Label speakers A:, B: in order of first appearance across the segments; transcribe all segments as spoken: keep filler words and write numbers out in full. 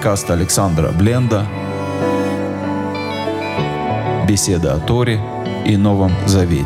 A: Подкаст Александра Бленда. Беседа о Торе и Новом Завете.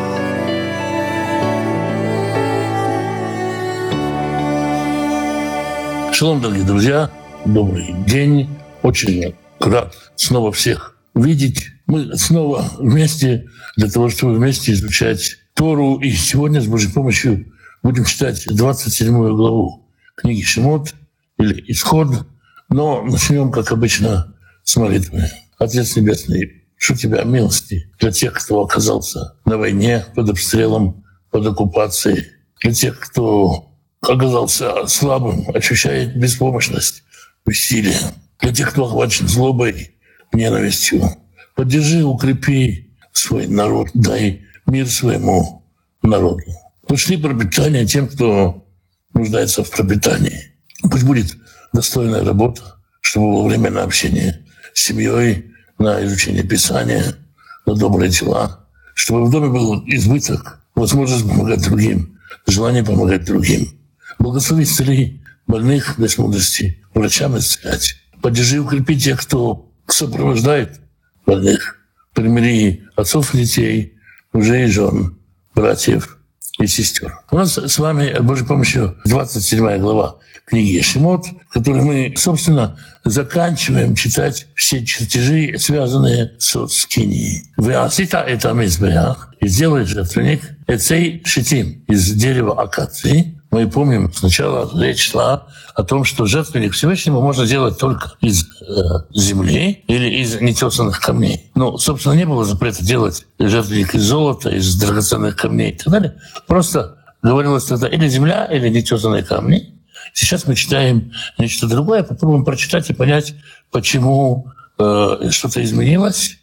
B: Шалом, дорогие друзья, добрый день. Очень рад снова всех видеть. Мы снова вместе для того, чтобы вместе изучать Тору. И сегодня с Божьей помощью будем читать двадцать седьмую главу книги Шемот или Исход. Но начнем, как обычно, с молитвы. Отец Небесный, прошу Тебя милости для тех, кто оказался на войне, под обстрелом, под оккупацией, для тех, кто оказался слабым, ощущает беспомощность, усилие, для тех, кто охвачен злобой, ненавистью. Поддержи, укрепи свой народ, дай мир своему народу. Пошли пропитание тем, кто нуждается в пропитании. Пусть будет достойная работа, чтобы было время на общение с семьей, на изучение Писания, на добрые дела, чтобы в доме был избыток, возможность помогать другим, желание помогать другим. Благослови, исцели больных, дай мудрости, врачам исцелять. Поддержи и укрепи тех, кто сопровождает больных. Примири отцов и детей, мужей и жен, братьев и сестер. У нас с вами, Божьей помощью, двадцать седьмая глава книги Шемот, в которой мы, собственно, заканчиваем читать все чертежи, связанные со скинией. «Веасита это мизбеах» и сделай жертвенник «эцей шитим» из дерева акации. Мы помним, сначала речь шла о том, что жертвенник Всевышнему можно делать только из э, земли или из нетесанных камней. Ну, собственно, не было запрета делать жертвенник из золота, из драгоценных камней и так далее. Просто говорилось тогда или земля, или нетесанные камни. Сейчас мы читаем нечто другое, попробуем прочитать и понять, почему э, что-то изменилось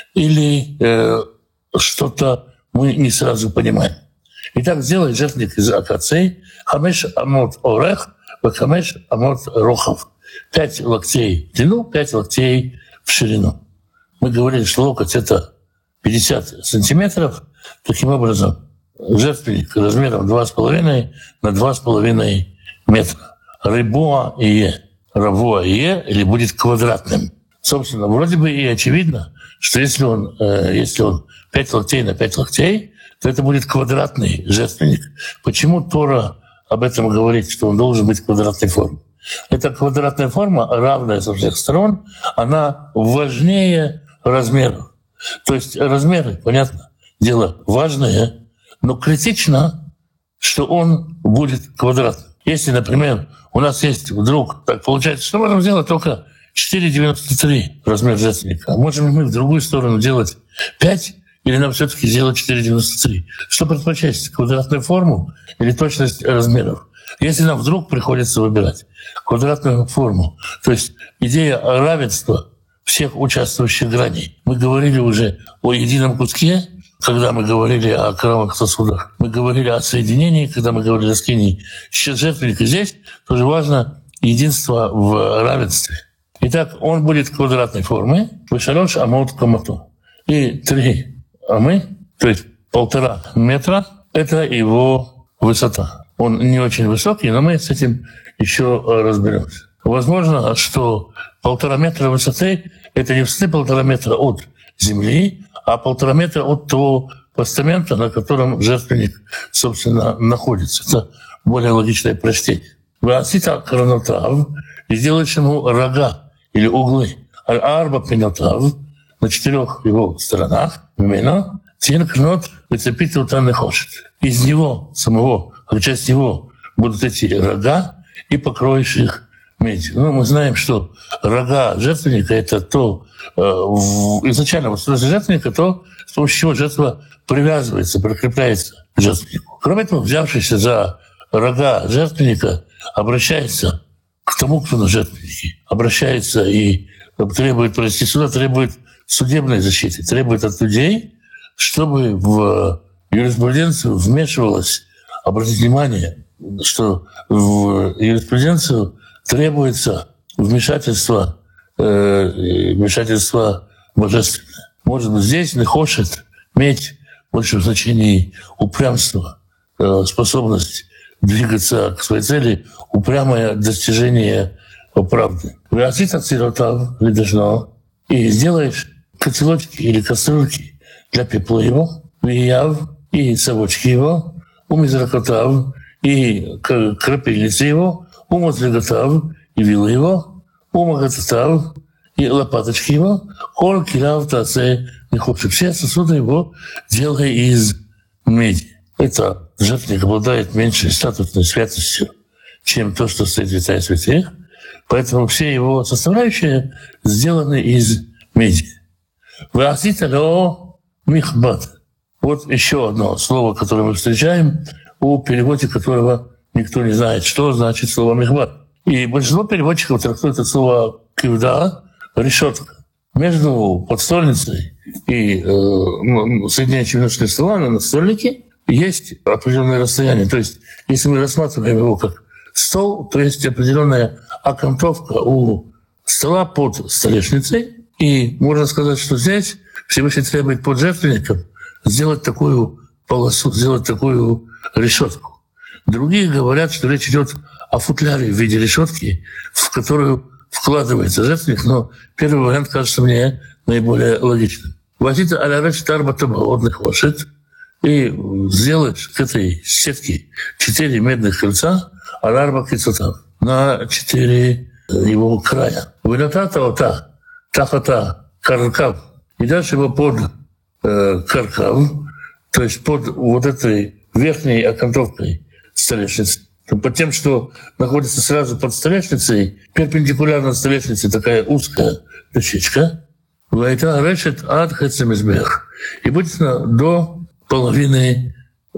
B: или э, что-то мы не сразу понимаем. Итак, сделай жертвенник из акаций, хамеш амот орех, хамеш амот рохав. Пять локтей в длину, пять локтей в ширину. Мы говорили, что локоть — это пятьдесят сантиметров. Таким образом, жертвенник размером два с половиной на два с половиной метра. Рибуа ие, равуа ие, или будет квадратным. Собственно, вроде бы и очевидно, что если он, э, если он пять локтей на пять локтей, то это будет квадратный жертвенник. Почему Тора об этом говорит, что он должен быть квадратной формы? Эта квадратная форма, равная со всех сторон, она важнее размеров. То есть размеры, понятно, дело важное, но критично, что он будет квадратным. Если, например, у нас есть вдруг, так получается, что можем сделать только четыре девяносто три размер жертвенника. А можем ли мы в другую сторону делать пять? Или нам все-таки сделать четыре девяносто три? Что предпочесть, квадратную форму или точность размеров? Если нам вдруг приходится выбирать квадратную форму, то есть идея равенства всех участвующих граней. Мы говорили уже о едином куске, когда мы говорили о кровавых сосудах. Мы говорили о соединении, когда мы говорили о скинии. Сейчас жертвенник здесь тоже важно единство в равенстве. Итак, он будет квадратной формы. Вышарош амот камато. И три амы, то есть полтора метра, это его высота. Он не очень высокий, но мы с этим еще разберемся. Возможно, что полтора метра высоты — это не высоты полтора метра от земли, а полтора метра от того постамента, на котором жертвенник, собственно, находится. Это более логичное прочтение. «Ваасита кранотав» и сделаешь ему рога или углы. «Аль-арба пинотав» на четырех его сторонах, именно, тинкнот выцепит утан хочет. Из него самого, как часть его, будут эти рога, и покроешь их медью. Ну, мы знаем, что рога жертвенника — это то, э, в, изначально в устройстве жертвенника, то, с помощью чего жертва привязывается, прикрепляется к жертвеннику. Кроме того, взявшийся за рога жертвенника обращается к тому, кто на жертвеннике, обращается и требует провести суда, требует судебной защиты, требует от людей, чтобы в юриспруденцию вмешивалось, обратите внимание, что в юриспруденцию требуется вмешательство, э, вмешательство божественное. Может быть, здесь не хочет иметь больше в значении упрямства, э, способность двигаться к своей цели, упрямое достижение правды. Вырастит от сиротав ледожно, и сделаешь котелочки или кастрюльки для пепла его, вияв и совочки его, умизракотав и крапильницы его, умазлеготав и вилы его, умагататав и лопаточки его, кол килав таце не хочет. Все сосуды его делай из меди. Это жертвенник обладает меньшей статусной святостью, чем то, что стоит в святая святых. Поэтому все его составляющие сделаны из меди. Васитало михбат. Вот еще одно слово, которое мы встречаем, у переводе которого никто не знает, что значит слово михбат. И большинство переводчиков трактует это слово кивда, решетка. Между подстольницей и э, соединяющей ножные стола на настольнике есть определенное расстояние. То есть, если мы рассматриваем его как стол, то есть определенная окантовка у стола под столешницей. И можно сказать, что здесь Всевышний требует под жертвенником сделать такую полосу, сделать такую решетку. Другие говорят, что речь идет о футляре в виде решетки, в которую вкладывается жертвенник, но первый вариант кажется мне наиболее логичным. Возить аляреш тарбатабаодных лошадь и сделать к этой сетке четыре медных кольца, аларба кицотав, на четыре его края. Вынатата ота, тахата, каркав, и дальше его под э, каркав, то есть под вот этой верхней окантовкой столешницы. Под тем, что находится сразу под столешницей, перпендикулярно столешнице такая узкая дощечка, вайта решет ад хэцемизбех, и будет она до половины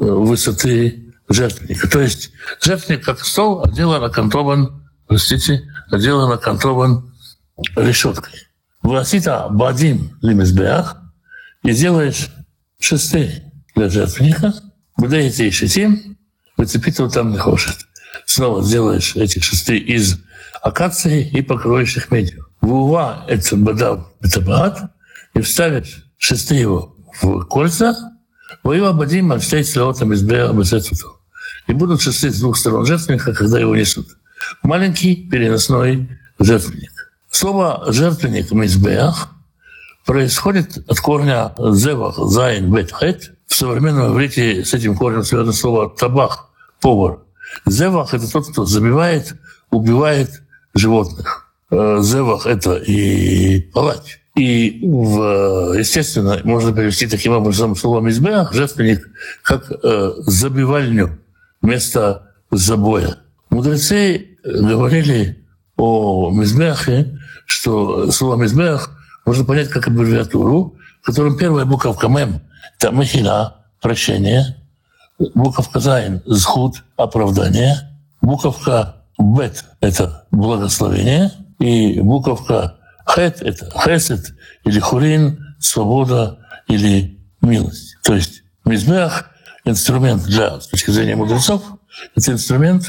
B: высоты жертвенника. То есть жертвенник как стол отделан, окантован, простите, отделан, окантован решеткой. Васита бадим лимизбех, и делаешь шесты для жертвенника, выдаете и шестим, выцепитывал там не хочет. Снова сделаешь эти шесты из акации и покроешь их медью. Вува — это бадав бетабаат, и вставишь шесты его в кольца, воева бадим отстоит слотом из беа бецецуту. И будут шесты с двух сторон жертвенника, когда его несут. Маленький переносной жертвенник. Слово «жертвенник» мизбеах происходит от корня «зевах», «зайн», «бет», «хет». В современном иврите с этим корнем связано слово «табах», «повар». «Зевах» — это тот, кто забивает, убивает животных. «Зевах» — это и палач. И, в, естественно, можно перевести таким образом слово «мизбеах», жертвенник, как э, забивальню, место забоя. Мудрецы говорили о мизбеахе, что слово «мизбеах» можно понять как аббревиатуру, в котором первая буковка «мем» — это «мехила», прощение, буковка «зайн» — «зхут», оправдание, буковка «бет» — это благословение, и буковка «хет» — это «хесед» или «хурин», свобода или милость. То есть мизбеах — инструмент для, с точки зрения мудрецов, это инструмент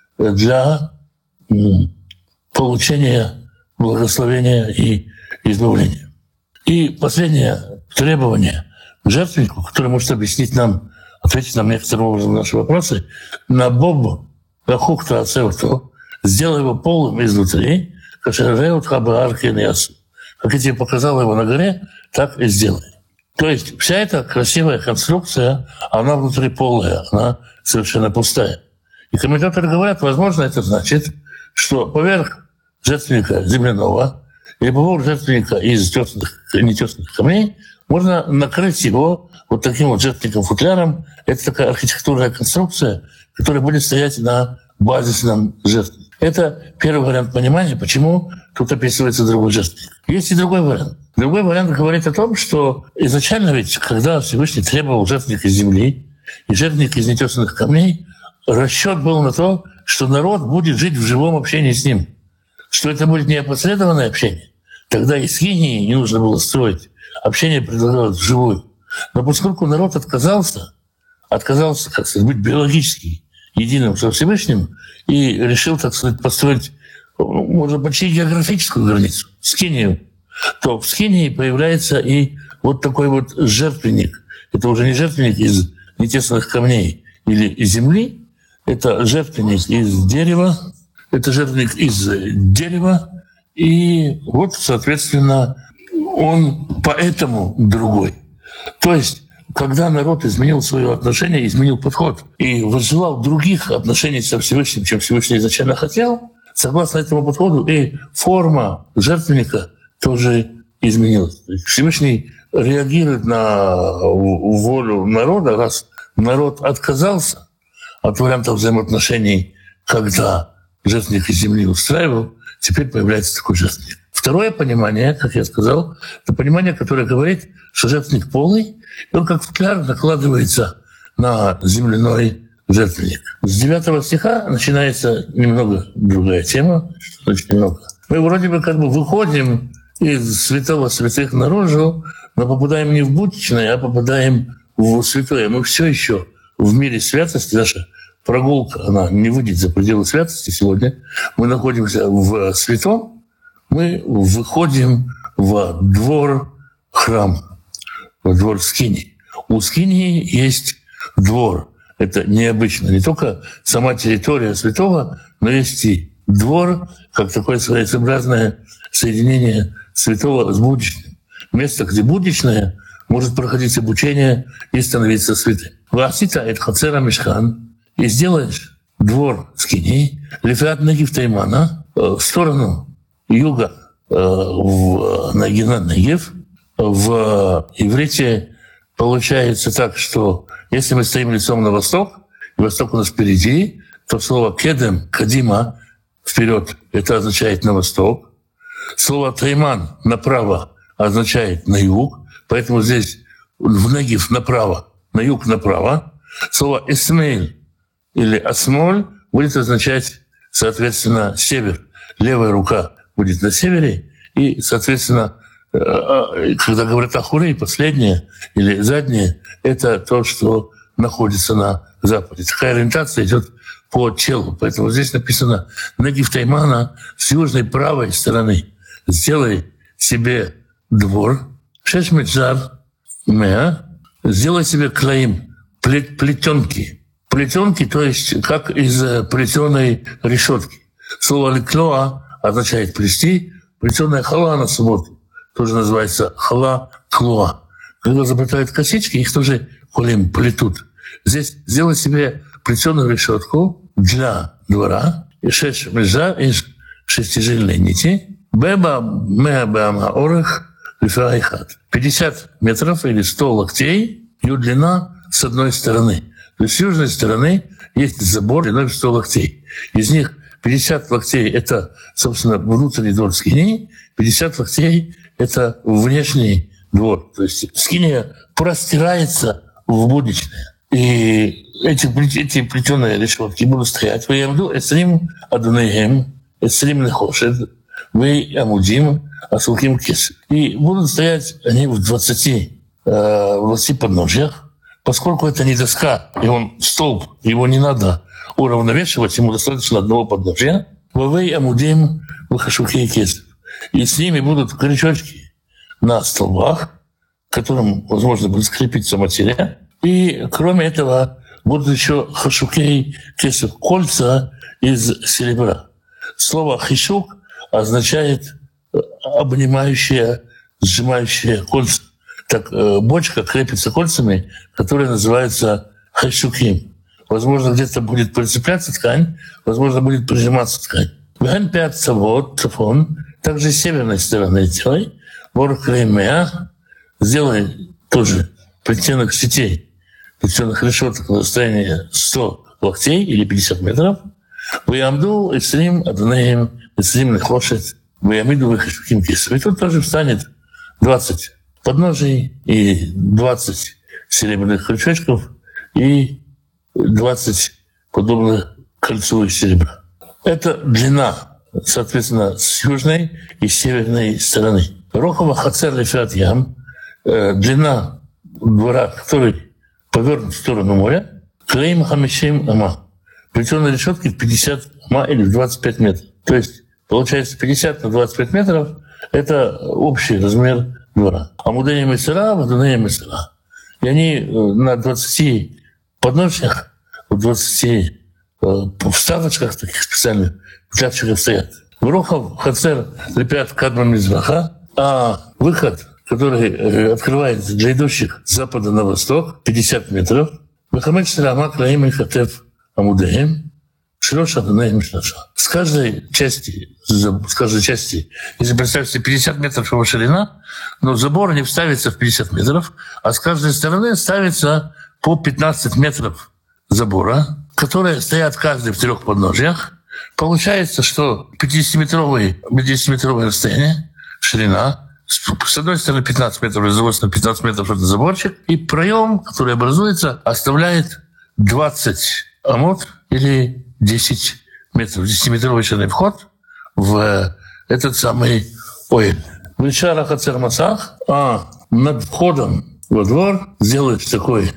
B: для получения благословения и избавления. И последнее требование к жертвеннику, которое может объяснить нам, ответить нам некоторым образом на наши вопросы, на боб рахукта ацеуту, сделай его полым изнутри, как я тебе показал его на горе, так и сделай. То есть вся эта красивая конструкция, она внутри полая, она совершенно пустая. И комментаторы говорят, возможно, это значит, что поверх жертвенника земляного или поверх жертвенника из тесных, нетесных камней можно накрыть его вот таким вот жертвенником-футляром. Это такая архитектурная конструкция, которая будет стоять на базисном жертвеннике. Это первый вариант понимания, почему тут описывается другой жертвенник. Есть и другой вариант. Другой вариант говорит о том, что изначально ведь, когда Всевышний требовал жертвенник из земли и жертвенник из нетесанных камней, расчет был на то, что народ будет жить в живом общении с ним, что это будет не опосредованное общение. Тогда и скинии не нужно было строить. Общение предлагалось вживую. Но поскольку народ отказался, отказался, как сказать, быть биологически единым со Всевышним и решил, так сказать, построить, можно почти географическую границу, скинию, то в скинии появляется и вот такой вот жертвенник. Это уже не жертвенник из нетесанных камней или из земли, это жертвенник из дерева, это жертвенник из дерева И вот, соответственно, он поэтому другой. То есть, когда народ изменил свое отношение, изменил подход и возжелал других отношений со Всевышним, чем Всевышний изначально хотел, согласно этому подходу и форма жертвенника тоже изменилась. Всевышний реагирует на волю народа, раз народ отказался от варианта взаимоотношений, когда жертвенник из земли устраивал, теперь появляется такой жертвенник. Второе понимание, как я сказал, это понимание, которое говорит, что жертвенник полный, и он как футляр накладывается на земляной жертвенник. С девятого стиха начинается немного другая тема. Очень немного. Мы вроде бы как бы выходим из святого святых наружу, но попадаем не в будничное, а попадаем в святое. Мы все еще в мире святости. Наша прогулка, она не выйдет за пределы святости сегодня. Мы находимся в святом, мы выходим во двор храма, во двор скинии. У скинии есть двор. Это необычно. Не только сама территория святого, но есть и двор, как такое своеобразное соединение святого с будничным. Место, где будничное может проходить обучение и становиться святым. Васита эт хацера мишхан, и сделаешь двор скинии, лефиат негив таймана, в сторону юга, в Нагинат Негев. В иврите получается так, что если мы стоим лицом на восток, и восток у нас впереди, то слово «кедем», «кадима» — вперед, это означает «на восток». Слово «тайман» — «направо» означает «на юг». Поэтому здесь в Негев направо, на юг направо. Слово «эсмейль» или «асмоль» будет означать, соответственно, «север». Левая рука будет на севере, и, соответственно, когда говорят «ахурей», последнее или заднее, это то, что находится на западе. Такая ориентация идет по телу. Поэтому здесь написано «Негив таймана» с южной правой стороны. Сделай себе двор. Шеш меджар меа. Сделай себе клаим, плетенки. Плетенки, то есть как из плетеной решетки. Слово «леклоа» означает плести. Плетеная хала на субботу тоже называется хала-клоа. Когда заплетают косички, их тоже холим плетут. Здесь сделай себе плетеную решетку для двора. И шесть межа из шестижильной нити. Беба меа беама орех лифаихат. пятьдесят метров или сто локтей, ее длина с одной стороны. То есть с южной стороны есть забор длиной в сто локтей. Из них пятьдесят локтей — это, собственно, внутренний двор скинии, пятьдесят локтей — это внешний двор. То есть скиния простирается в будничное. И эти, эти плетеные решетки будут стоять. «Вы ямду эсрим адунейхем, эсрим нехошед, вы амудим асулхим кес». И будут стоять они в двадцати, э, в двадцати подножьях. Поскольку это не доска, и он столб, его не надо уравновешивать, ему достаточно одного подножья. «Вавей амудим вахашухей кес». И с ними будут крючочки на столбах, к которым, возможно, будет скрепиться материя. И, кроме этого, будут еще хашукей кесов, кольца из серебра. Слово «хишук» означает обнимающее, сжимающее кольца. Так бочка крепится кольцами, которые называются хашуким. Возможно, где-то будет прицепляться ткань, возможно, будет прижиматься ткань. Вен пять цавод, цафон, также с северной стороны делай. Воркреймеа, сделай тоже плетеных сетей, плетеных решеток на расстоянии сто локтей или пятьдесят метров. Выямду эсрим адунеем эсрим нехошет, выямиду выхашуким кесов. И тут тоже встанет двадцать подножий и двадцать серебряных крючочков и двадцать подобных кольцу из серебра. Это длина, соответственно, с южной и северной стороны. Рохова хацер лефиат ям, длина двора, который повернут в сторону моря, клейм хамишим ама. Плетеные решетки в пятьдесят ама или в двадцать пять метров. То есть получается пятьдесят на двадцать пять метров — это общий размер двора. Амудея мессера, вадунея мессера. И они на двадцати подножьях, в двадцати вставочках таких специальных, пятчиках стоят. Врохов Хацер лепят Кадма Мизраха, а выход, который открывается для идущих с запада на восток, пятьдесят метров, Вахамед Шрамак Раим и Хатев Амудеем, Широша Данаим Шнаша. С каждой части, с каждой части, если представить себе пятьдесят метров его ширина, но забор не вставится в пятьдесят метров, а с каждой стороны ставится по пятнадцать метров забора, которые стоят каждый в трех подножьях. Получается, что пятидесятиметровое расстояние, ширина, с одной стороны пятнадцать метров, с другой стороны пятнадцать метров это заборчик, и проем, который образуется, оставляет двадцать амод или десять метров, десятиметровый ширинный вход в этот самый оэль. В Ишара Хацер Масах, а над входом во двор сделать такой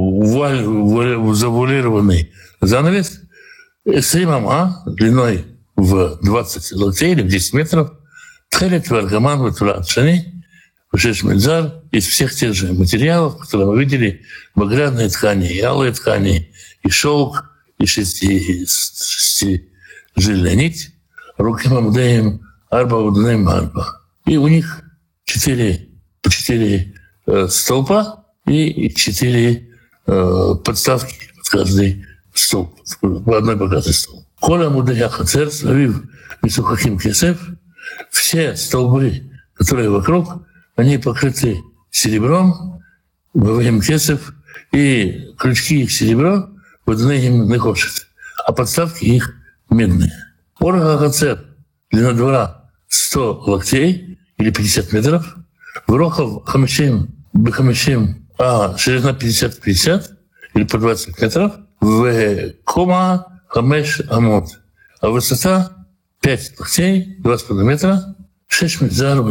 B: завуалированный занавес Эсримама длиной в двадцать локтей или в десять метров, Тхелет Варгаман Ватуратшани, Вшеш Медзар, из всех тех же материалов, которые мы видели, багряные ткани, и алые ткани, и шелк, и шести, шестижильная нить, руки Мамдеем, Арба Уднеем Арба. И у них четыре, по четыре э, столпа и четыре э, подставки под каждый столб, по одной богатой столб. Коля Мудея Хацер, Славив Мисухахим Кесев, все столбы, которые вокруг, они покрыты серебром, Бавахим Кесев, и крючки их серебро, Воднеем Нехошет, а подставки их медные. Орга Хацер, длина двора сто локтей или пятьдесят метров, Врохов Хамишим, Бехамишим, а ширина пятьдесят-пятьдесят или по двадцать метров, в Кома Хамеш Амод, а высота пять локтей, два с половиной метра, шесть медзар,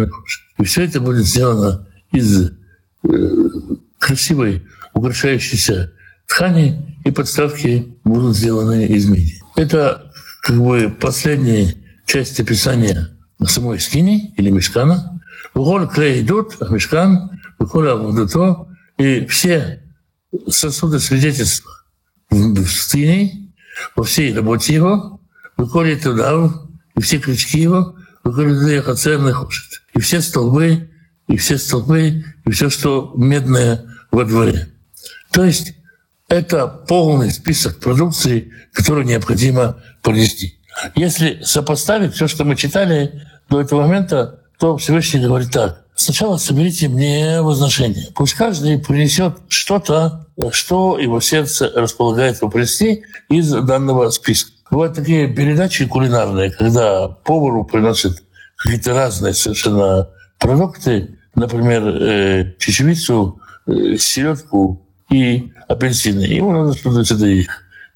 B: и все это будет сделано из э, красивой, украшающейся ткани, и подставки будут сделаны из меди. Это как бы последняя часть описания самой скини или мишкана. Вуголь клей идут, а мишкан, вуголь авудото, и все сосуды свидетельства в скини, во всей работе его, выходит туда, и все крючки его, выходит туда Хацер Нехошет. И все столбы, и все столбы, и все, что медное во дворе. То есть это полный список продукции, которую необходимо принести. Если сопоставить все, что мы читали до этого момента, то Всевышний говорит так. Сначала соберите мне возношение. Пусть каждый принесет что-то, что его сердце располагает его принести из данного списка. Бывают такие передачи кулинарные, когда повару приносят какие-то разные совершенно продукты, например, чечевицу, селедку и апельсины. Ему надо что-то сюда их.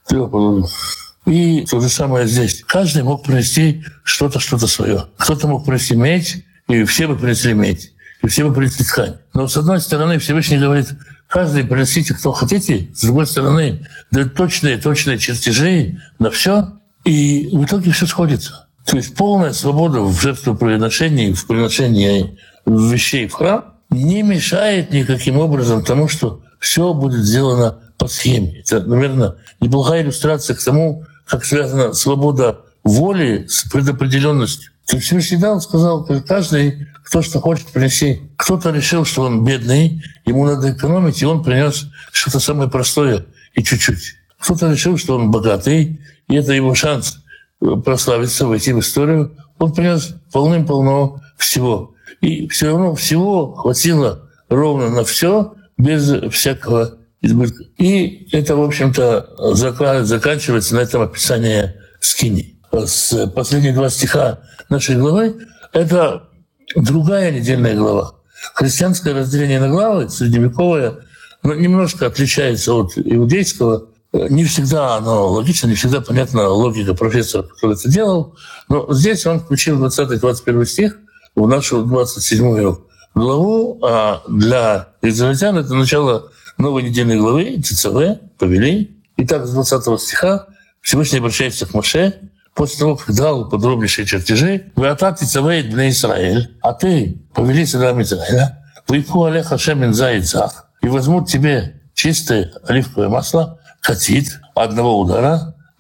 B: И то же самое здесь. Каждый мог принести что-то, что-то свое. Кто-то мог принести медь, и все бы принесли медь, и все бы принесли ткань. Но с одной стороны Всевышний говорит, каждый принесите, кто хотите, с другой стороны дают точные-точные чертежи на все, и в итоге все сходится. То есть полная свобода в жертвоприношении, в приношении вещей в храм не мешает никаким образом тому, что все будет сделано по схеме. Это, наверное, неплохая иллюстрация к тому, как связана свобода воли с предопределенностью. То есть Всевышний дал, сказал, каждый, кто что хочет принести. Кто-то решил, что он бедный, ему надо экономить, и он принес что-то самое простое и чуть-чуть. Кто-то решил, что он богатый, и это его шанс прославиться, войти в историю. Он принес полным-полно всего. И все равно всего хватило ровно на все, без всякого избытка. И это, в общем-то, заканчивается на этом описание скини. С последние два стиха нашей главы — это другая недельная глава. Христианское разделение на главы, средневековое, немножко отличается от иудейского. Не всегда оно логично, не всегда понятна логика профессора, который это делал. Но здесь он включил двадцатый-двадцать первый стих в нашу двадцать седьмую главу, а для израильтян это начало новой недельной главы, ЦЦВ, повели. Итак, с двадцатого стиха Всевышний обращается к Моше, после того, как дал подробнейшие чертежи, «Вы атати цавеет бне Исраэль, а ты повели сынам Израиля, выйку алеха шемен заицах, и возьмут тебе чистое оливковое масло, катит, одного удара,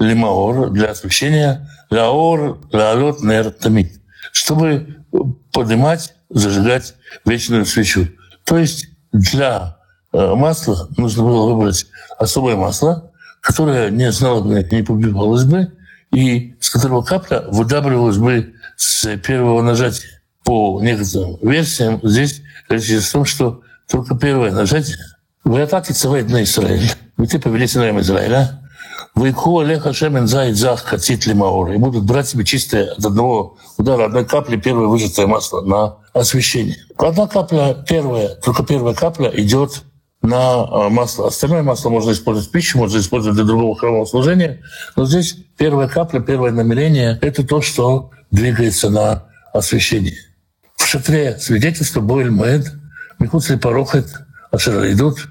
B: лимаор, для освещения, лаор, лаалот, нер, тамид, чтобы поднимать, зажигать вечную свечу. То есть для масла нужно было выбрать особое масло, которое не знало бы, не побивалось бы, и с которого капля выдавливалась бы с первого нажатия. По некоторым версиям здесь речь идет о том, что только первое нажатие. Вы атаки цавай на Израиль. Вы ты повели сыновьям Израиля. Вы ко леха шемен зайд зах катит лимаор. И будут брать себе чистое от одного удара, одной капли первое выжатое масло на освещение. Одна капля, первая, только первая капля идет на масло. Остальное масло можно использовать в пищу, можно использовать для другого храмового служения. Но здесь первая капля, первое намерение — это то, что двигается на освещение. В шатре свидетельство Боэль Моэд, Михуцли Парохет, Ашера идут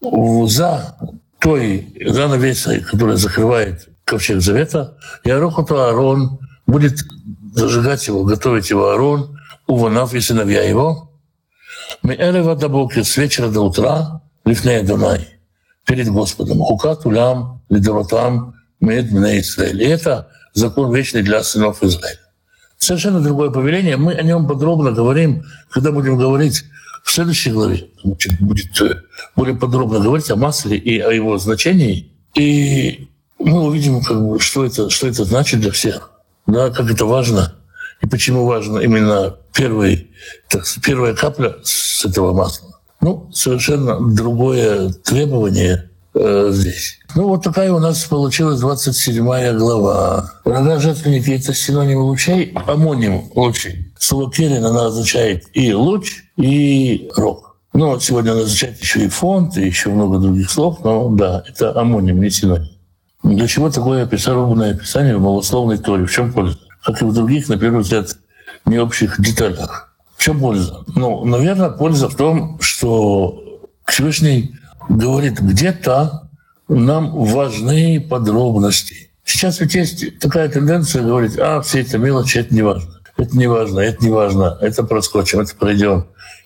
B: за той занавесой, которая закрывает ковчег Завета, и Арохоту Аарон будет зажигать его, готовить его Аарон, Уванав и сыновья его. Меэрева дабокер, с вечера до утра, лифнея Дунай, перед Господом. Хукат улям лидоротам мед бней Исраэль. И это закон вечный для сынов Израиля. Совершенно другое повеление. Мы о нем подробно говорим, когда будем говорить в следующей главе. Будет более подробно говорить о масле и о его значении. И мы увидим, как бы, что, это, что это значит для всех. Да, как это важно. И почему важно именно первый, так, первая капля с этого масла. Ну, совершенно другое требование э, здесь. Ну, вот такая у нас получилась двадцать седьмая глава. Рога жертвенники — это синоним лучей, амоним лучей. Слово «керен» она означает и луч, и рог. Ну, сегодня она означает еще и фонд, и еще много других слов, но да, это амоним, не синоним. Для чего такое описание, описание в малословной Торе? В чем польза? Как и в других, на первый взгляд, необщих деталях. В чем польза? Ну, наверное, польза в том, что Всевышний говорит, где-то нам важны подробности. Сейчас ведь есть такая тенденция говорить, а, все это мелочи, это не важно. Это не важно, это не важно, это проскочим, это пройдем.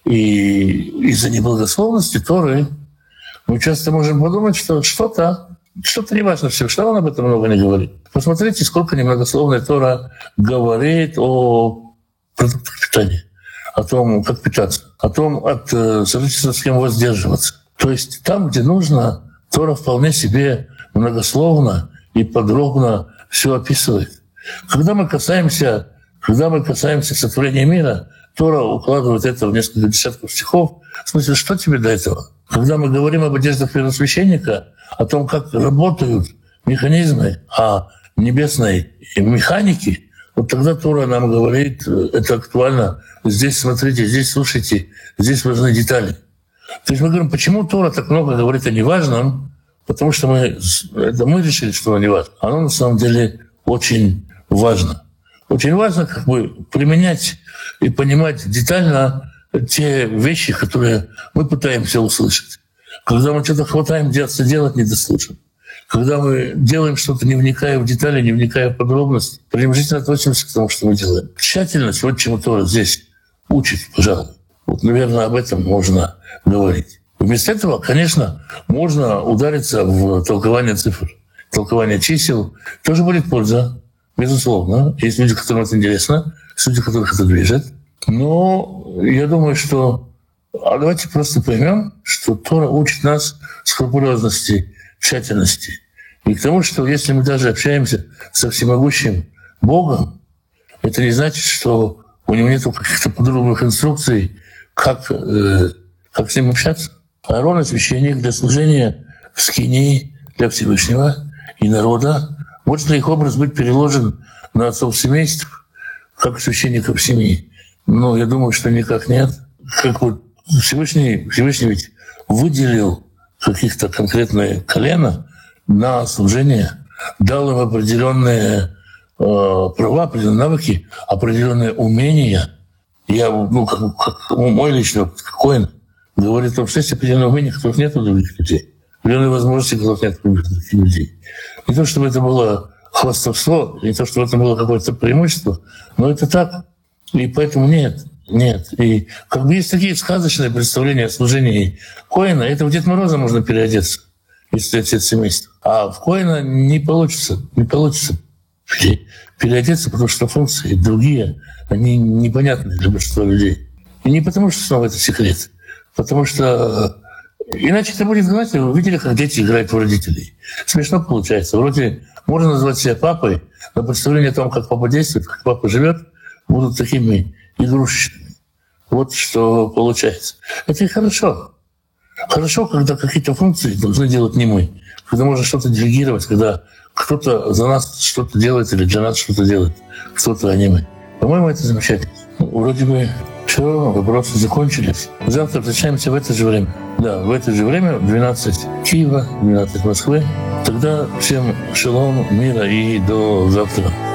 B: И из-за неблагословности Торы мы часто можем подумать, что что-то Что-то не важно все, что он об этом много не говорит. Посмотрите, сколько немногословная Тора говорит о продуктах питания, о том, как питаться, о том, от сожительства с кем воздерживаться. То есть там, где нужно, Тора вполне себе многословно и подробно все описывает. Когда мы касаемся, когда мы касаемся сотворения мира, Тора укладывает это в несколько десятков стихов. В смысле, что тебе до этого? Когда мы говорим об одеждах первосвященника, о том, как работают механизмы а небесной механики, вот тогда Тора нам говорит, это актуально, здесь смотрите, здесь слушайте, здесь важны детали. То есть мы говорим, почему Тора так много говорит о неважном? Потому что мы, это мы решили, что оно не важно. Оно на самом деле очень важно. Очень важно как бы применять и понимать детально те вещи, которые мы пытаемся услышать. Когда мы что-то хватаем делаться делать, не дослушаем. Когда мы делаем что-то, не вникая в детали, не вникая в подробности, пренебрежительно относимся к тому, что мы делаем. Тщательность, вот чему Тора здесь учит, пожалуй. Вот, наверное, об этом можно говорить. Вместо этого, конечно, можно удариться в толкование цифр, толкование чисел. Тоже будет польза, безусловно. Есть люди, которым это интересно, есть люди, которых это движет. Но я думаю, что... А давайте просто поймем, что Тора учит нас скрупулезности, тщательности. И к тому, что если мы даже общаемся со всемогущим Богом, это не значит, что у него нет каких-то подробных инструкций, как, э, как с ним общаться. Аарон — священник для служения в скинии для Всевышнего и народа. Может ли их образ быть переложен на отцов семейств, как священников семьи? Ну, я думаю, что никак нет. Как вот Всевышний, Всевышний ведь выделил каких-то конкретные колена на служение, дал им определенные э, права, определенные навыки, определенные умения. Я, ну, как, как мой личный опыт, коэн, говорит о том, что есть определенные умения, которых нет у других людей, определенные возможности, которых нет у других людей. Не то, чтобы это было хвастовство, не то, чтобы это было какое-то преимущество, но это так. И поэтому нет. Нет. И как бы есть такие сказочные представления о служении коэна. Это в Дед Мороза можно переодеться. если отец семейства. А в коина не получится, не получится переодеться, потому что функции другие, они непонятны для большинства людей. И не потому, что снова это секрет, потому что иначе это будет, знаете, вы видели, как дети играют в родителей. Смешно получается. Вроде можно назвать себя папой, но представление о том, как папа действует, как папа живет, будут такими игрушечными. Вот что получается. Это и хорошо. Хорошо, когда какие-то функции должны делать не мы. Когда можно что-то делегировать, когда кто-то за нас что-то делает или для нас что-то делает. Кто-то, а не мы. По-моему, это замечательно. Ну, вроде бы все, вопросы закончились. Завтра встречаемся в это же время. Да, в это же время, в двенадцать Киева, двенадцать Москвы. Тогда всем шалом, мира и до завтра.